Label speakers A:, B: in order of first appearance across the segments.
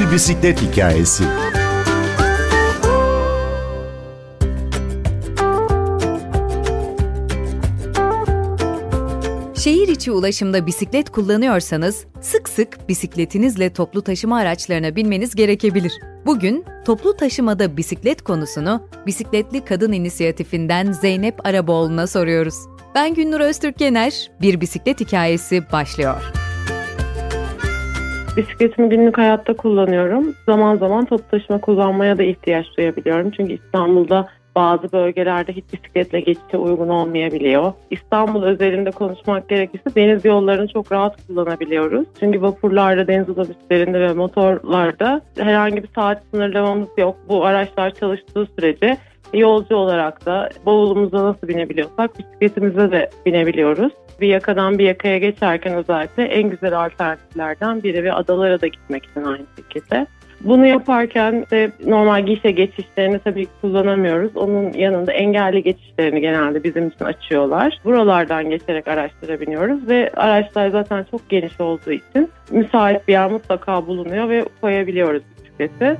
A: Bir bisiklet hikayesi.
B: Şehir içi ulaşımda bisiklet kullanıyorsanız sık sık bisikletinizle toplu taşıma araçlarına binmeniz gerekebilir. Bugün toplu taşımada bisiklet konusunu Bisikletli Kadın İnisiyatifinden Zeynep Araboğlu'na soruyoruz. Ben Günnur Öztürk-Yener, Bir Bisiklet Hikayesi başlıyor.
C: Bisikletimi günlük hayatta kullanıyorum. Zaman zaman toplu taşıma kullanmaya da ihtiyaç duyabiliyorum. Çünkü İstanbul'da bazı bölgelerde hiç bisikletle geçişe uygun olmayabiliyor. İstanbul özelinde konuşmak gerekirse deniz yollarını çok rahat kullanabiliyoruz. Çünkü vapurlarda, deniz otobüslerinde ve motorlarda herhangi bir saat sınırlamamız yok. Bu araçlar çalıştığı sürece yolcu olarak da bavulumuza nasıl binebiliyorsak bisikletimize de binebiliyoruz. Bir yakadan bir yakaya geçerken özellikle en güzel alternatiflerden biri ve adalara da gitmek için aynı şekilde. Bunu yaparken de normal gişe geçişlerini tabii ki kullanamıyoruz. Onun yanında engelli geçişlerini genelde bizim için açıyorlar. Buralardan geçerek araçlara biniyoruz ve araçlar zaten çok geniş olduğu için müsait bir yer mutlaka bulunuyor ve koyabiliyoruz bisikleti.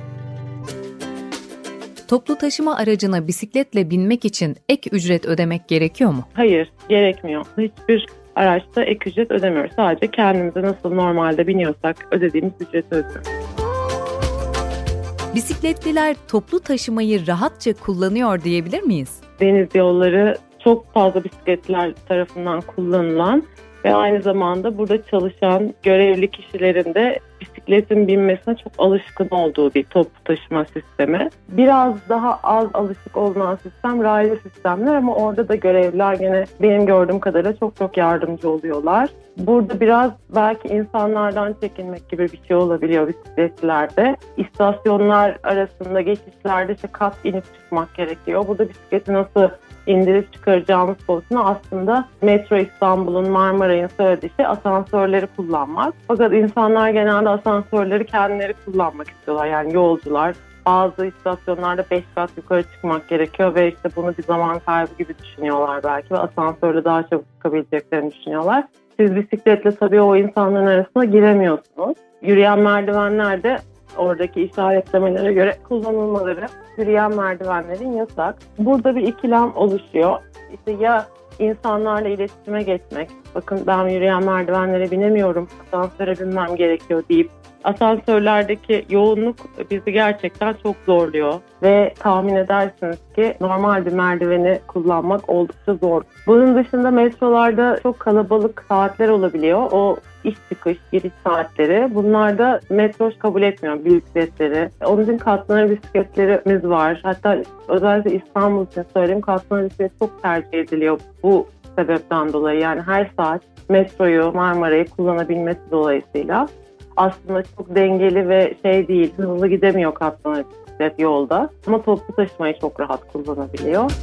B: Toplu taşıma aracına bisikletle binmek için ek ücret ödemek gerekiyor mu?
C: Hayır, gerekmiyor. Hiçbir araçta ek ücret ödemiyoruz. Sadece kendimize nasıl normalde biniyorsak ödediğimiz ücreti ödüyoruz.
B: Bisikletliler toplu taşımayı rahatça kullanıyor diyebilir miyiz?
C: Deniz yolları çok fazla bisikletliler tarafından kullanılan ve aynı zamanda burada çalışan görevli kişilerin de bisikletin binmesine çok alışkın olduğu bir toplu taşıma sistemi. Biraz daha az alışık olunan sistem raylı sistemler ama orada da görevliler gene benim gördüğüm kadarıyla çok yardımcı oluyorlar. Burada biraz belki insanlardan çekinmek gibi bir şey olabiliyor bisikletlerde. İstasyonlar arasında geçişlerde kat inip çıkmak gerekiyor. Burada bisikleti nasıl indirip çıkaracağımız konusunda aslında Metro İstanbul'un, Marmaray'ın söylediği şey asansörleri kullanmak. Fakat insanlar genelde asansörleri kendileri kullanmak istiyorlar. Yani yolcular bazı istasyonlarda 5 kat yukarı çıkmak gerekiyor ve işte bunu bir zaman kaybı gibi düşünüyorlar belki ve asansörle daha çabuk çıkabileceklerini düşünüyorlar. Siz bisikletle tabii o insanların arasına giremiyorsunuz. Yürüyen merdivenler de oradaki işaretlemelere göre kullanılmaları, yürüyen merdivenlerin yasak. Burada bir ikilem oluşuyor. İşte ya insanlarla iletişime geçmek, bakın ben yürüyen merdivenlere binemiyorum, asansöre binmem gerekiyor deyip asansörlerdeki yoğunluk bizi gerçekten çok zorluyor ve tahmin edersiniz ki normal bir merdiveni kullanmak oldukça zor. Bunun dışında metrolarda çok kalabalık saatler olabiliyor. O iş çıkış, giriş saatleri. Bunlarda metro kabul etmiyor bisikletleri. Onun için katlanır bisikletlerimiz var. Hatta özellikle İstanbul için söyleyeyim, katlanır bisiklet çok tercih ediliyor bu sebepten dolayı. Yani her saat metroyu, Marmara'yı kullanabilmesi dolayısıyla. Aslında çok dengeli ve değil, hızlı gidemiyor katlanır bisiklet yolda. Ama toplu taşımayı çok rahat kullanabiliyor.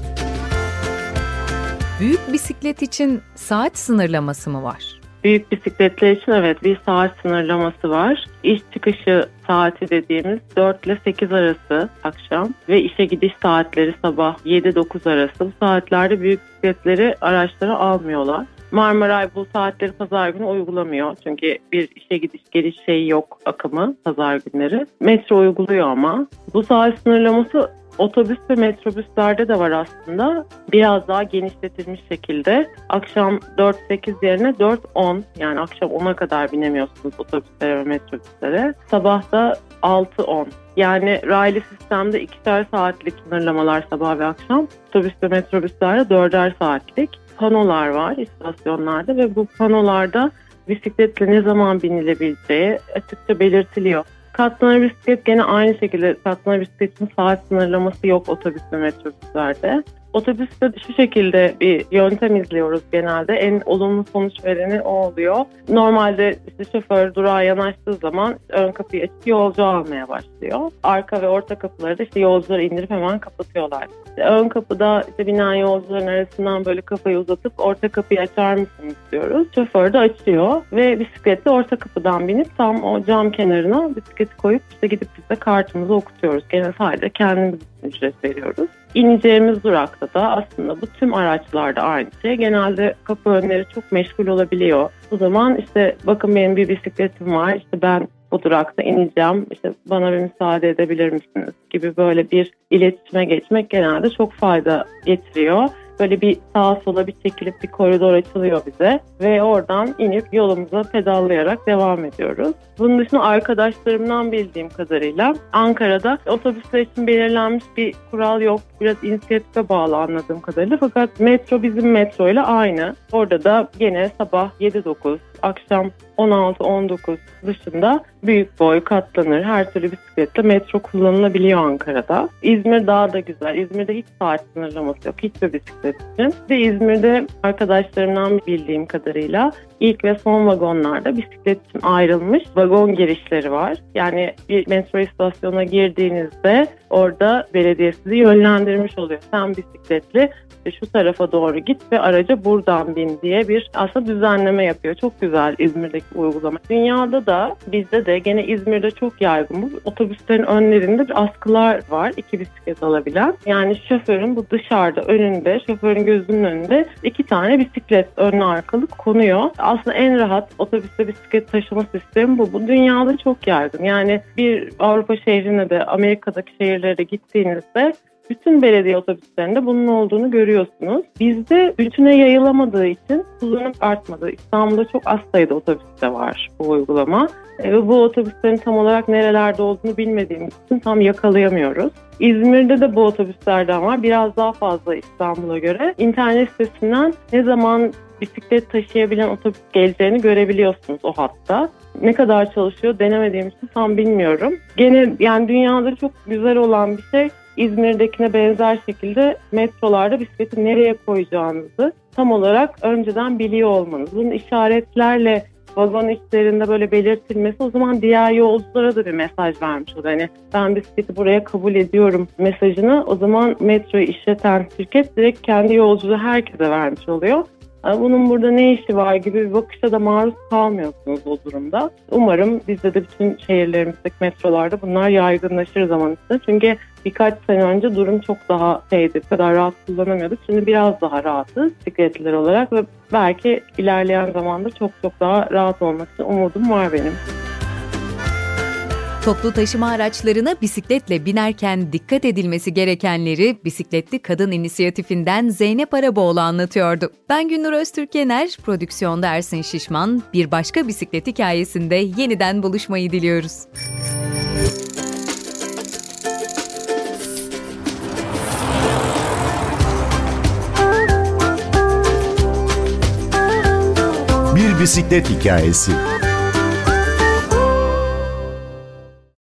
B: Büyük bisiklet için saat sınırlaması mı var?
C: Büyük bisikletler için evet bir saat sınırlaması var. İş çıkışı saati dediğimiz 4 ile 8 arası akşam ve işe gidiş saatleri sabah 7-9 arası. Bu saatlerde büyük bisikletleri araçlara almıyorlar. Marmaray bu saatleri pazar günü uygulamıyor. Çünkü bir işe gidiş geliş yok akımı pazar günleri. Metro uyguluyor ama. Bu saat sınırlaması otobüs ve metrobüslerde de var aslında. Biraz daha genişletilmiş şekilde. Akşam 4-8 yerine 4-10, yani akşam 10'a kadar binemiyorsunuz otobüslere ve metrobüslere. Sabah da 6-10. Yani raylı sistemde 2'şer saatlik sınırlamalar sabah ve akşam. Otobüs ve metrobüslerde 4'er saatlik. Panolar var istasyonlarda ve bu panolarda bisikletle ne zaman binilebileceği açıkça belirtiliyor. Katlanır bisiklet gene aynı şekilde, katlanır bisikletin saat sınırlaması yok otobüs ve metrobüslerde. Otobüste şu şekilde bir yöntem izliyoruz genelde. En olumlu sonuç vereni o oluyor. Normalde şoför durağa yanaştığı zaman ön kapıyı açıp yolcu almaya başlıyor. Arka ve orta kapıları da yolcuları indirip hemen kapatıyorlar. Ön kapıda binen yolcuların arasından böyle kafayı uzatıp orta kapıyı açar mısınız diyoruz. Şoför de açıyor ve bisikletle orta kapıdan binip tam o cam kenarına bisikleti koyup gidip biz de kartımızı okutuyoruz. Gene sadece kendimiz ücret veriyoruz. İneceğimiz durakta da aslında bu tüm araçlarda aynı şey. Genelde kapı önleri çok meşgul olabiliyor. O zaman bakın benim bir bisikletim var. Ben bu durakta ineceğim, işte bana bir müsaade edebilir misiniz gibi böyle bir iletişime geçmek genelde çok fayda getiriyor. Böyle bir sağa sola bir çekilip bir koridor açılıyor bize ve oradan inip yolumuza pedallayarak devam ediyoruz. Bunun dışında arkadaşlarımdan bildiğim kadarıyla Ankara'da otobüsler için belirlenmiş bir kural yok. Biraz inisiyatife bağlı anladığım kadarıyla. Fakat metro bizim metro ile aynı. Orada da gene sabah 7-9, akşam 16-19 dışında büyük boy, katlanır, her türlü bisikletle metro kullanılabiliyor Ankara'da. İzmir daha da güzel. İzmir'de hiç saat sınırlaması yok. Hiçbir bisiklet için. Ve İzmir'de arkadaşlarımdan bildiğim kadarıyla ilk ve son vagonlarda bisiklet için ayrılmış vagon girişleri var. Yani bir metro istasyonuna girdiğinizde orada belediye sizi yönlendirmiş oluyor. Sen bisikletli şu tarafa doğru git ve araca buradan bin diye bir aslında düzenleme yapıyor. Çok güzel İzmir'deki uygulama. Dünyada da bizde de gene İzmir'de çok yaygın bu. Otobüslerin önlerinde bir askılar var. 2 bisiklet alabilen. Yani şoförün bu dışarıda önünde, şoförün gözünün önünde 2 tane bisiklet önlü arkalı konuyor. Aslında en rahat otobüste bisiklet taşıma sistemi bu. Bu dünyada çok yaygın. Yani bir Avrupa şehrine de Amerika'daki şehirlere de gittiğinizde bütün belediye otobüslerinde bunun olduğunu görüyorsunuz. Bizde bütüne yayılamadığı için kullanım artmadı. İstanbul'da çok az sayıda otobüste var bu uygulama. Ve bu otobüslerin tam olarak nerelerde olduğunu bilmediğimiz için tam yakalayamıyoruz. İzmir'de de bu otobüslerden var. Biraz daha fazla İstanbul'a göre. İnternet sitesinden ne zaman bisiklet taşıyabilen otobüs geleceğini görebiliyorsunuz o hatta. Ne kadar çalışıyor denemediğim için tam bilmiyorum. Gene yani dünyada çok güzel olan bir şey, İzmir'dekine benzer şekilde metrolarda bisikleti nereye koyacağınızı tam olarak önceden biliyor olmanız. Bunun işaretlerle vagon içlerinde böyle belirtilmesi o zaman diğer yolculara da bir mesaj vermiş oluyor. Yani ben bisikleti buraya kabul ediyorum mesajını o zaman metroyu işleten şirket direkt kendi yolculuğu herkese vermiş oluyor. Bunun burada ne işi var gibi bir bakışa da maruz kalmıyorsunuz o durumda. Umarım bizde de bütün şehirlerimizdeki metrolarda bunlar yaygınlaşır zaman içinde. Çünkü birkaç sene önce durum çok daha bu kadar rahat kullanamıyorduk. Şimdi biraz daha rahatız bisikletliler olarak ve belki ilerleyen zamanda çok daha rahat olmak için umudum var benim.
B: Toplu taşıma araçlarına bisikletle binerken dikkat edilmesi gerekenleri Bisikletli Kadın İnisiyatifinden Zeynep Araboğlu anlatıyordu. Ben Günnur Öztürk-Yener, prodüksiyonda Ersin Şişman, bir başka bisiklet hikayesinde yeniden buluşmayı diliyoruz.
A: Bir bisiklet hikayesi.